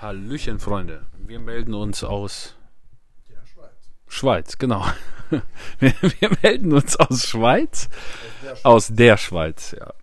Hallöchen, Freunde. Wir melden uns aus Der Schweiz. Schweiz, genau. Wir melden uns aus Schweiz, Aus der aus der Schweiz, ja.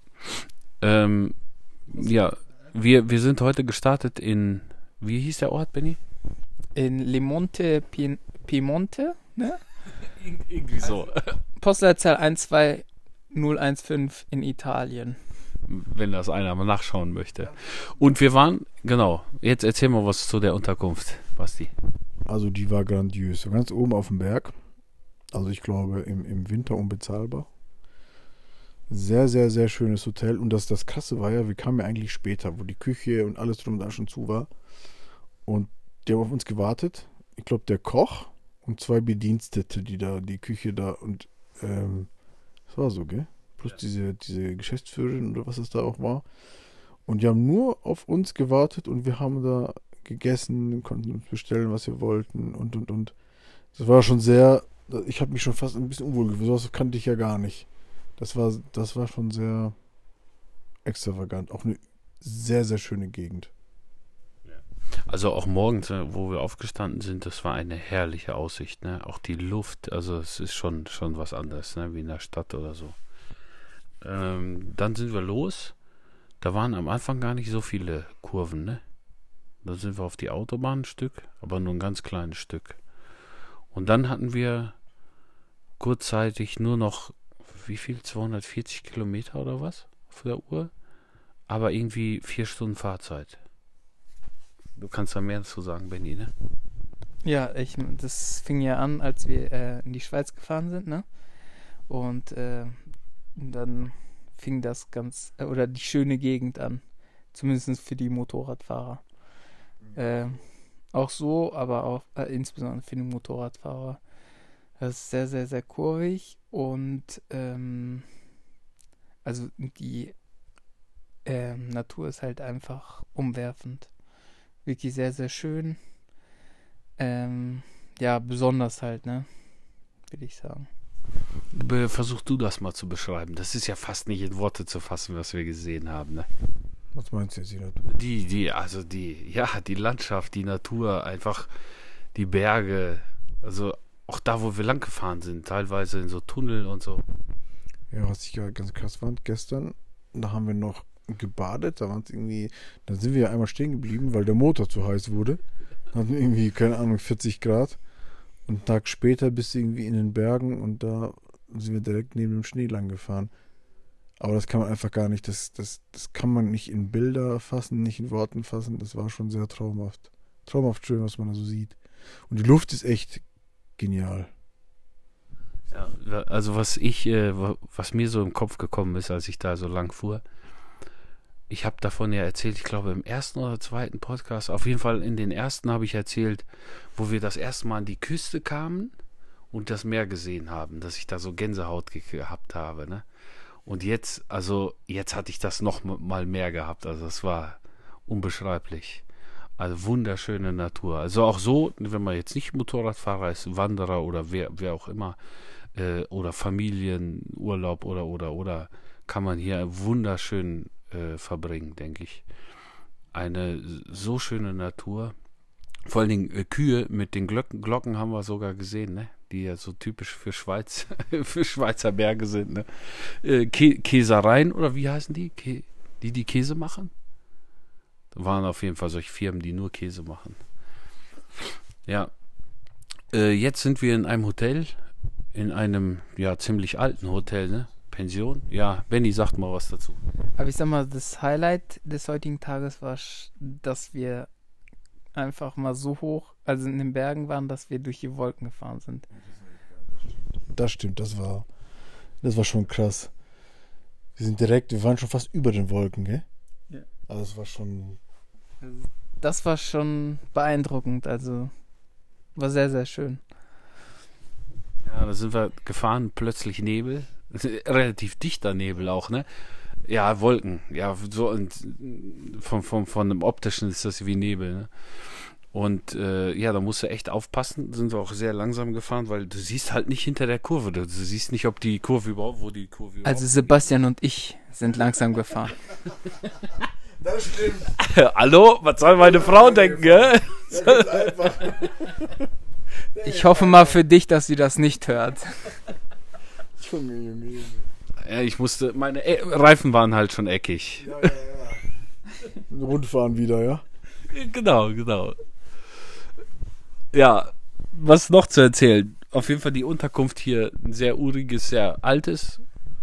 Ja, wir sind heute gestartet in, wie hieß der Ort, Benny? In Lemonte, Piemonte, ne? Irgendwie so. Postleitzahl 12015 in Italien. Wenn das einer mal nachschauen möchte. Und wir waren, genau, jetzt erzähl mal was zu der Unterkunft, Basti. Also die war grandios. Ganz oben auf dem Berg. Also ich glaube im Winter unbezahlbar. Sehr, sehr, sehr schönes Hotel. Und das Krasse war ja, wir kamen ja eigentlich später, wo die Küche und alles drum und dran schon zu war. Und die haben auf uns gewartet. Ich glaube, der Koch und 2 Bedienstete, die da, die Küche da und das war so, gell? Plus diese Geschäftsführerin oder was es da auch war. Und die haben nur auf uns gewartet und wir haben da gegessen, konnten uns bestellen, was wir wollten und. Das war schon sehr, ich habe mich schon fast ein bisschen unwohl gefühlt. Sowas kannte ich ja gar nicht. Das war schon sehr extravagant. Auch eine sehr, sehr schöne Gegend. Also auch morgens, wo wir aufgestanden sind, das war eine herrliche Aussicht, ne? Auch die Luft, also es ist schon was anderes, ne? Wie in der Stadt oder so. Dann sind wir los. Da waren am Anfang gar nicht so viele Kurven, ne? Da sind wir auf die Autobahn ein Stück, aber nur ein ganz kleines Stück. Und dann hatten wir kurzzeitig nur noch, wie viel, 240 Kilometer oder was auf der Uhr? Aber irgendwie 4 Stunden Fahrzeit. Du kannst da mehr dazu sagen, Benny, ne? Ja, das fing ja an, als wir in die Schweiz gefahren sind, ne? Und dann fing das oder die schöne Gegend an. Zumindest für die Motorradfahrer. Auch so, aber auch insbesondere für die Motorradfahrer. Das ist sehr, sehr, sehr kurvig und also die Natur ist halt einfach umwerfend. Wirklich sehr, sehr schön. Ja, besonders halt, ne? Würde ich sagen. Versuch du das mal zu beschreiben. Das ist ja fast nicht in Worte zu fassen, was wir gesehen haben, ne? Was meinst du jetzt, Sinan? Die Landschaft, die Natur, einfach die Berge, also auch da, wo wir lang gefahren sind, teilweise in so Tunnel und so. Ja, was ich ja ganz krass fand, gestern, da haben wir noch gebadet, da sind wir ja einmal stehen geblieben, weil der Motor zu heiß wurde. Da hatten wir irgendwie, keine Ahnung, 40 Grad. Und einen Tag später bist du irgendwie in den Bergen und da sind wir direkt neben dem Schnee lang gefahren. Aber das kann man einfach gar nicht, das kann man nicht in Bilder fassen, nicht in Worten fassen. Das war schon sehr traumhaft. Traumhaft schön, was man da so sieht. Und die Luft ist echt genial. Ja, also was mir so im Kopf gekommen ist, als ich da so lang fuhr, ich habe davon ja erzählt, ich glaube im ersten oder zweiten Podcast, auf jeden Fall in den ersten habe ich erzählt, wo wir das erste Mal an die Küste kamen und das Meer gesehen haben, dass ich da so Gänsehaut gehabt habe, ne? Und jetzt hatte ich das noch mal mehr gehabt, also das war unbeschreiblich. Also wunderschöne Natur. Also auch so, wenn man jetzt nicht Motorradfahrer ist, Wanderer oder wer auch immer, oder Familienurlaub oder kann man hier wunderschön verbringen, denke ich. Eine so schöne Natur. Vor allen Dingen Kühe mit den Glocken haben wir sogar gesehen, ne? Die ja so typisch für Schweiz, für Schweizer Berge sind, ne? Käsereien oder wie heißen die? Die Käse machen? Da waren auf jeden Fall solche Firmen, die nur Käse machen. Ja. Jetzt sind wir in einem Hotel, in einem ja ziemlich alten Hotel, ne? Pension. Ja, Benny, sagt mal was dazu. Aber ich sag mal, das Highlight des heutigen Tages war, dass wir einfach mal so hoch, also in den Bergen waren, dass wir durch die Wolken gefahren sind. Das stimmt, das war schon krass. Wir waren schon fast über den Wolken, gell? Ja. Also Das war schon beeindruckend, also war sehr, sehr schön. Ja, da sind wir gefahren, plötzlich Nebel. Relativ dichter Nebel auch, ne? Ja, Wolken. Ja, so und von dem Optischen ist das wie Nebel, ne? Und ja, da musst du echt aufpassen. Sind wir auch sehr langsam gefahren, weil du siehst halt nicht hinter der Kurve. Du siehst nicht, ob die Kurve überhaupt, wo die Kurve überhaupt Also Sebastian und ich sind langsam gefahren. Das stimmt. Hallo, was soll meine Frau denken, gell? Ich hoffe mal für dich, dass sie das nicht hört. Junge. Ja, ich musste, meine Reifen waren halt schon eckig. Ja. Rundfahren wieder, ja? Genau. Ja, was noch zu erzählen? Auf jeden Fall die Unterkunft hier, ein sehr uriges, sehr altes,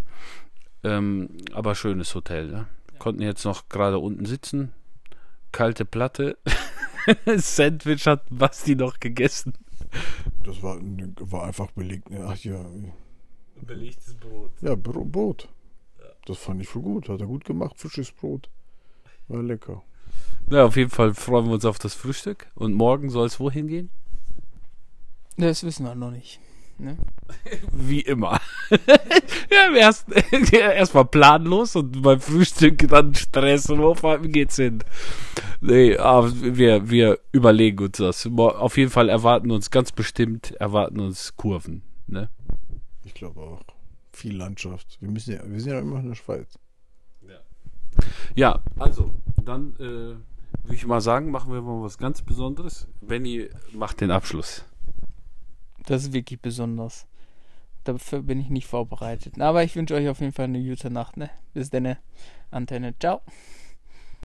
aber schönes Hotel. Ne? Konnten jetzt noch gerade unten sitzen, kalte Platte, Sandwich hat Basti noch gegessen. Das war einfach belegt. Ach ja. Belegtes Brot. Ja, Brot. Das fand ich voll gut. Hat er gut gemacht, frisches Brot. War lecker. Ja, auf jeden Fall freuen wir uns auf das Frühstück. Und morgen soll es wohin gehen? Das wissen wir noch nicht. Ne? Wie immer. Ja, erstmal planlos und beim Frühstück dann Stress und wo geht's hin? Nee, aber wir überlegen uns das. Auf jeden Fall erwarten uns Kurven. Ne? Ich glaube auch. Viel Landschaft. Wir sind ja immer in der Schweiz. Ja, also, dann würde ich mal sagen, machen wir mal was ganz Besonderes. Benni macht den Abschluss. Das ist wirklich besonders. Dafür bin ich nicht vorbereitet. Aber ich wünsche euch auf jeden Fall eine gute Nacht. Ne? Bis dann. Antenne. Ciao.